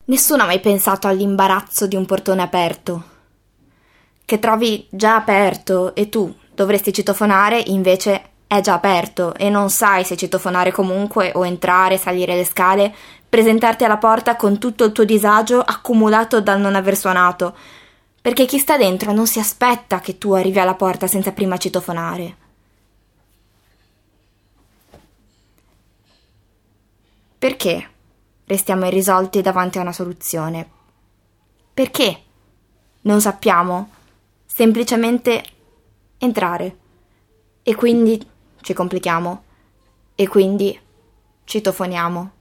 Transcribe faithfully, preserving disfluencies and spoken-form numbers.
Nessuno ha mai pensato all'imbarazzo di un portone aperto, che trovi già aperto e tu dovresti citofonare, invece è già aperto e non sai se citofonare comunque o entrare, salire le scale, presentarti alla porta con tutto il tuo disagio accumulato dal non aver suonato, perché chi sta dentro non si aspetta che tu arrivi alla porta senza prima citofonare. Perché restiamo irrisolti davanti a una soluzione? Perché non sappiamo semplicemente entrare e quindi ci complichiamo e quindi citofoniamo.